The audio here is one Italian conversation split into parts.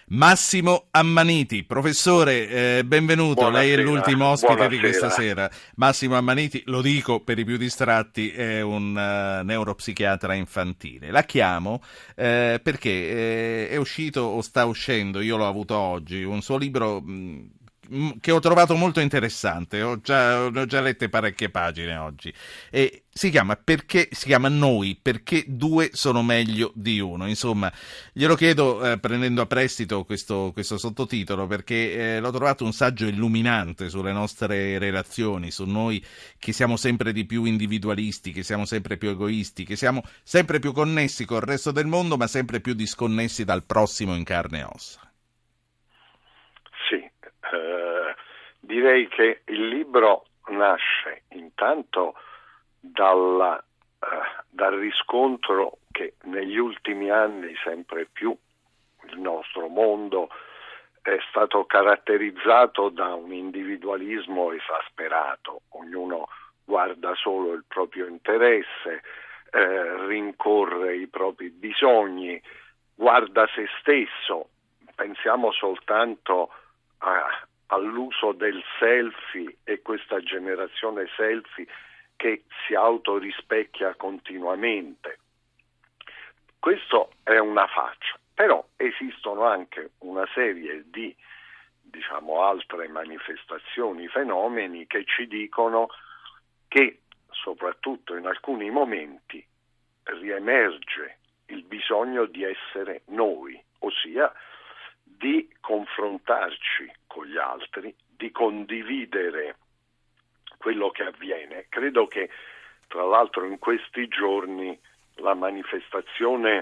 Massimo Ammaniti. Professore, benvenuto. Buonasera. Lei è l'ultimo ospite Buonasera. di questa sera. Massimo Ammaniti, lo dico per i più distratti, è un neuropsichiatra infantile. La chiamo perché è uscito o sta uscendo, io l'ho avuto oggi, un suo libro che ho trovato molto interessante. Ho già lette parecchie pagine oggi. E si chiama Noi, perché due sono meglio di uno. Insomma, glielo chiedo prendendo a prestito questo sottotitolo, perché l'ho trovato un saggio illuminante sulle nostre relazioni, su noi che siamo sempre di più individualisti, che siamo sempre più egoisti, che siamo sempre più connessi col resto del mondo, ma sempre più disconnessi dal prossimo in carne e ossa. Sì, direi che il libro nasce intanto dal riscontro che negli ultimi anni sempre più il nostro mondo è stato caratterizzato da un individualismo esasperato. Ognuno guarda solo il proprio interesse, rincorre i propri bisogni, guarda se stesso. Pensiamo soltanto all'uso del selfie e questa generazione selfie che si autorispecchia continuamente. Questo è una faccia, però esistono anche una serie di, altre manifestazioni, fenomeni che ci dicono che soprattutto in alcuni momenti riemerge il bisogno di essere noi, ossia di confrontarci con gli altri, di condividere quello che avviene. Credo che tra l'altro in questi giorni la manifestazione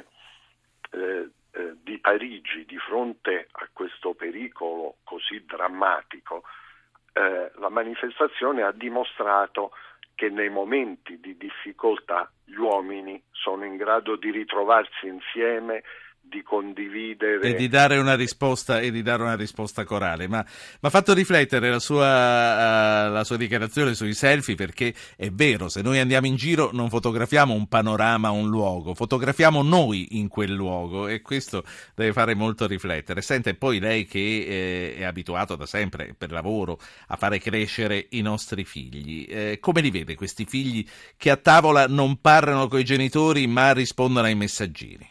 di Parigi di fronte a questo pericolo così drammatico, la manifestazione ha dimostrato che nei momenti di difficoltà gli uomini sono in grado di ritrovarsi insieme, di condividere e di dare una risposta corale. Ma mi ha fatto riflettere la sua dichiarazione sui selfie, perché è vero, se noi andiamo in giro non fotografiamo un panorama, un luogo, fotografiamo noi in quel luogo, e questo deve fare molto riflettere. Senta, e poi lei che è abituato da sempre per lavoro a fare crescere i nostri figli, come li vede questi figli che a tavola non parlano coi genitori ma rispondono ai messaggini?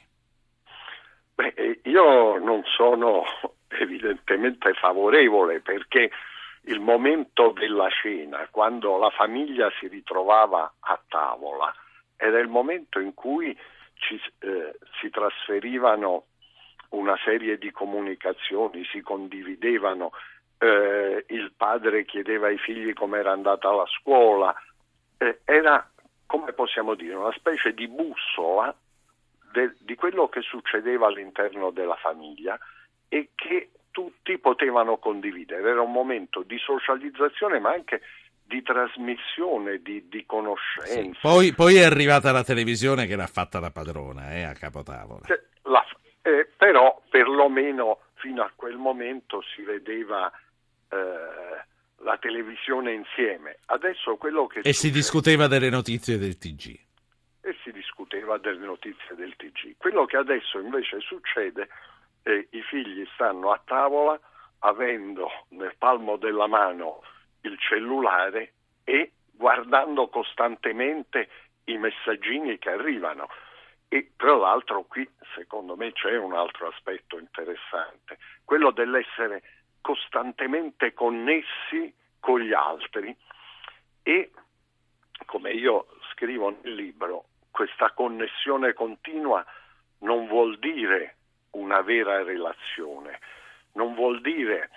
Io non sono evidentemente favorevole, perché il momento della cena, quando la famiglia si ritrovava a tavola, era il momento in cui si trasferivano una serie di comunicazioni, si condividevano, il padre chiedeva ai figli come era andata la scuola, era, come possiamo dire, una specie di bussola di quello che succedeva all'interno della famiglia e che tutti potevano condividere. Era un momento di socializzazione, ma anche di trasmissione di conoscenze. Sì. Poi è arrivata la televisione che l'ha fatta da padrona, a capotavola. Però perlomeno fino a quel momento si vedeva la televisione insieme. Adesso quello che si discuteva delle notizie del TG. E si discuteva delle notizie del TG. Quello che adesso invece succede è che i figli stanno a tavola avendo nel palmo della mano il cellulare e guardando costantemente i messaggini che arrivano. E tra l'altro qui secondo me c'è un altro aspetto interessante, quello dell'essere costantemente connessi con gli altri, e come io scrivo nel libro, questa connessione continua non vuol dire una vera relazione, non vuol dire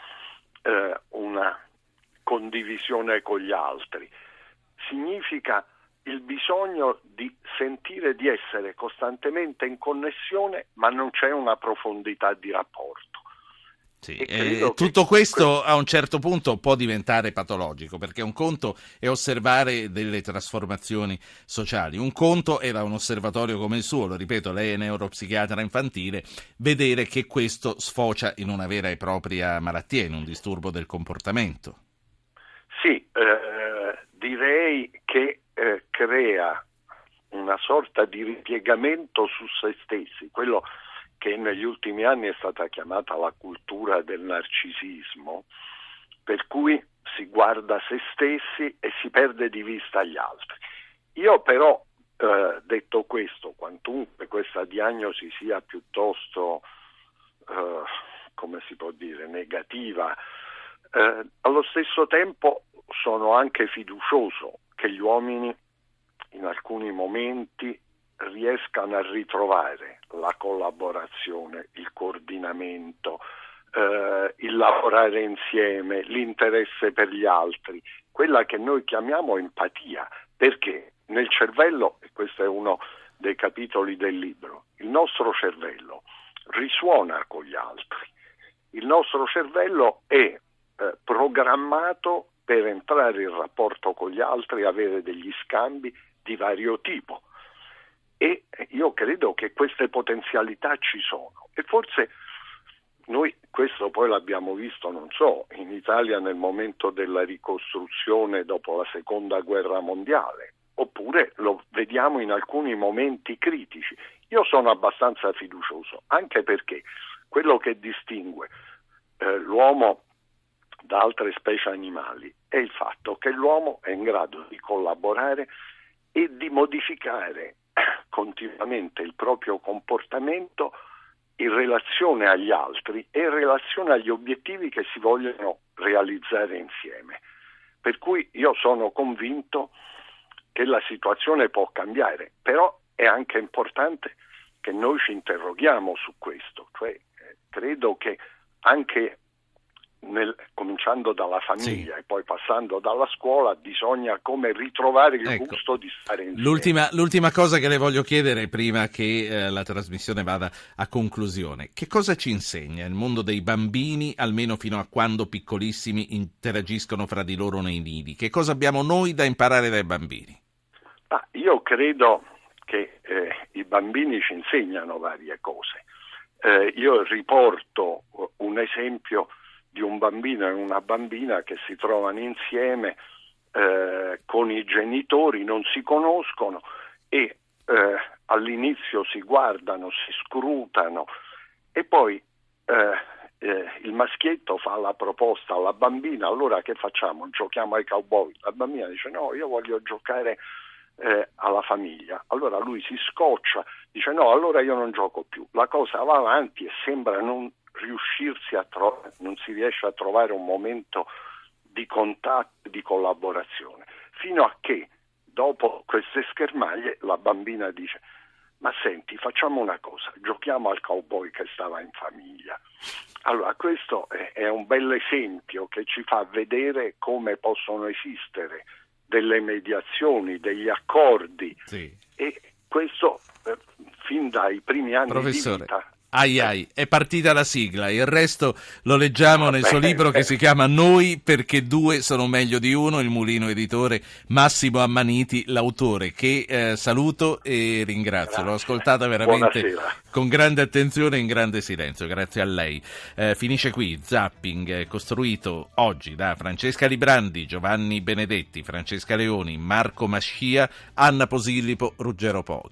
una condivisione con gli altri, significa il bisogno di sentire di essere costantemente in connessione, ma non c'è una profondità di rapporto. Sì, tutto questo a un certo punto può diventare patologico, perché un conto è osservare delle trasformazioni sociali, un conto è, da un osservatorio come il suo, lo ripeto, lei è neuropsichiatra infantile, vedere che questo sfocia in una vera e propria malattia, in un disturbo del comportamento. Sì, direi che crea una sorta di ripiegamento su se stessi, quello che negli ultimi anni è stata chiamata la cultura del narcisismo, per cui si guarda se stessi e si perde di vista gli altri. Io però, detto questo, quantunque questa diagnosi sia piuttosto, come si può dire, negativa, allo stesso tempo sono anche fiducioso che gli uomini in alcuni momenti riescano a ritrovare la collaborazione, il coordinamento, il lavorare insieme, l'interesse per gli altri, quella che noi chiamiamo empatia, perché nel cervello, e questo è uno dei capitoli del libro, il nostro cervello risuona con gli altri, il nostro cervello è programmato per entrare in rapporto con gli altri, avere degli scambi di vario tipo, e io credo che queste potenzialità ci sono, e forse noi questo poi l'abbiamo visto, non so, in Italia nel momento della ricostruzione dopo la seconda guerra mondiale, oppure lo vediamo in alcuni momenti critici. Io sono abbastanza fiducioso, anche perché quello che distingue l'uomo da altre specie animali è il fatto che l'uomo è in grado di collaborare e di modificare continuamente il proprio comportamento in relazione agli altri e in relazione agli obiettivi che si vogliono realizzare insieme. Per cui io sono convinto che la situazione può cambiare, però è anche importante che noi ci interroghiamo su questo, cioè credo che anche cominciando dalla famiglia e poi passando dalla scuola bisogna come ritrovare il gusto di stare insieme. L'ultima cosa che le voglio chiedere prima che la trasmissione vada a conclusione: che cosa ci insegna il mondo dei bambini, almeno fino a quando piccolissimi interagiscono fra di loro nei nidi? Che cosa abbiamo noi da imparare dai bambini? Io credo che i bambini ci insegnano varie cose. Io riporto un esempio di un bambino e una bambina che si trovano insieme con i genitori, non si conoscono e all'inizio si guardano, si scrutano e poi il maschietto fa la proposta alla bambina: allora che facciamo? Giochiamo ai cowboy? La bambina dice: no, io voglio giocare alla famiglia. Allora lui si scoccia, dice: no, allora io non gioco più. La cosa va avanti e sembra non non si riesce a trovare un momento di contatto, di collaborazione, fino a che dopo queste schermaglie la bambina dice: ma senti, facciamo una cosa, giochiamo al cowboy che stava in famiglia. Allora questo è un bel esempio che ci fa vedere come possono esistere delle mediazioni, degli accordi, e questo fin dai primi anni di vita. È partita la sigla, il resto lo leggiamo nel suo libro che si chiama Noi perché due sono meglio di uno, il Mulino Editore, Massimo Ammaniti, l'autore, che saluto e ringrazio. Grazie. L'ho ascoltata veramente Buonasera. Con grande attenzione e in grande silenzio, grazie a lei. Finisce qui Zapping, costruito oggi da Francesca Librandi, Giovanni Benedetti, Francesca Leoni, Marco Mascia, Anna Posillipo, Ruggero Po.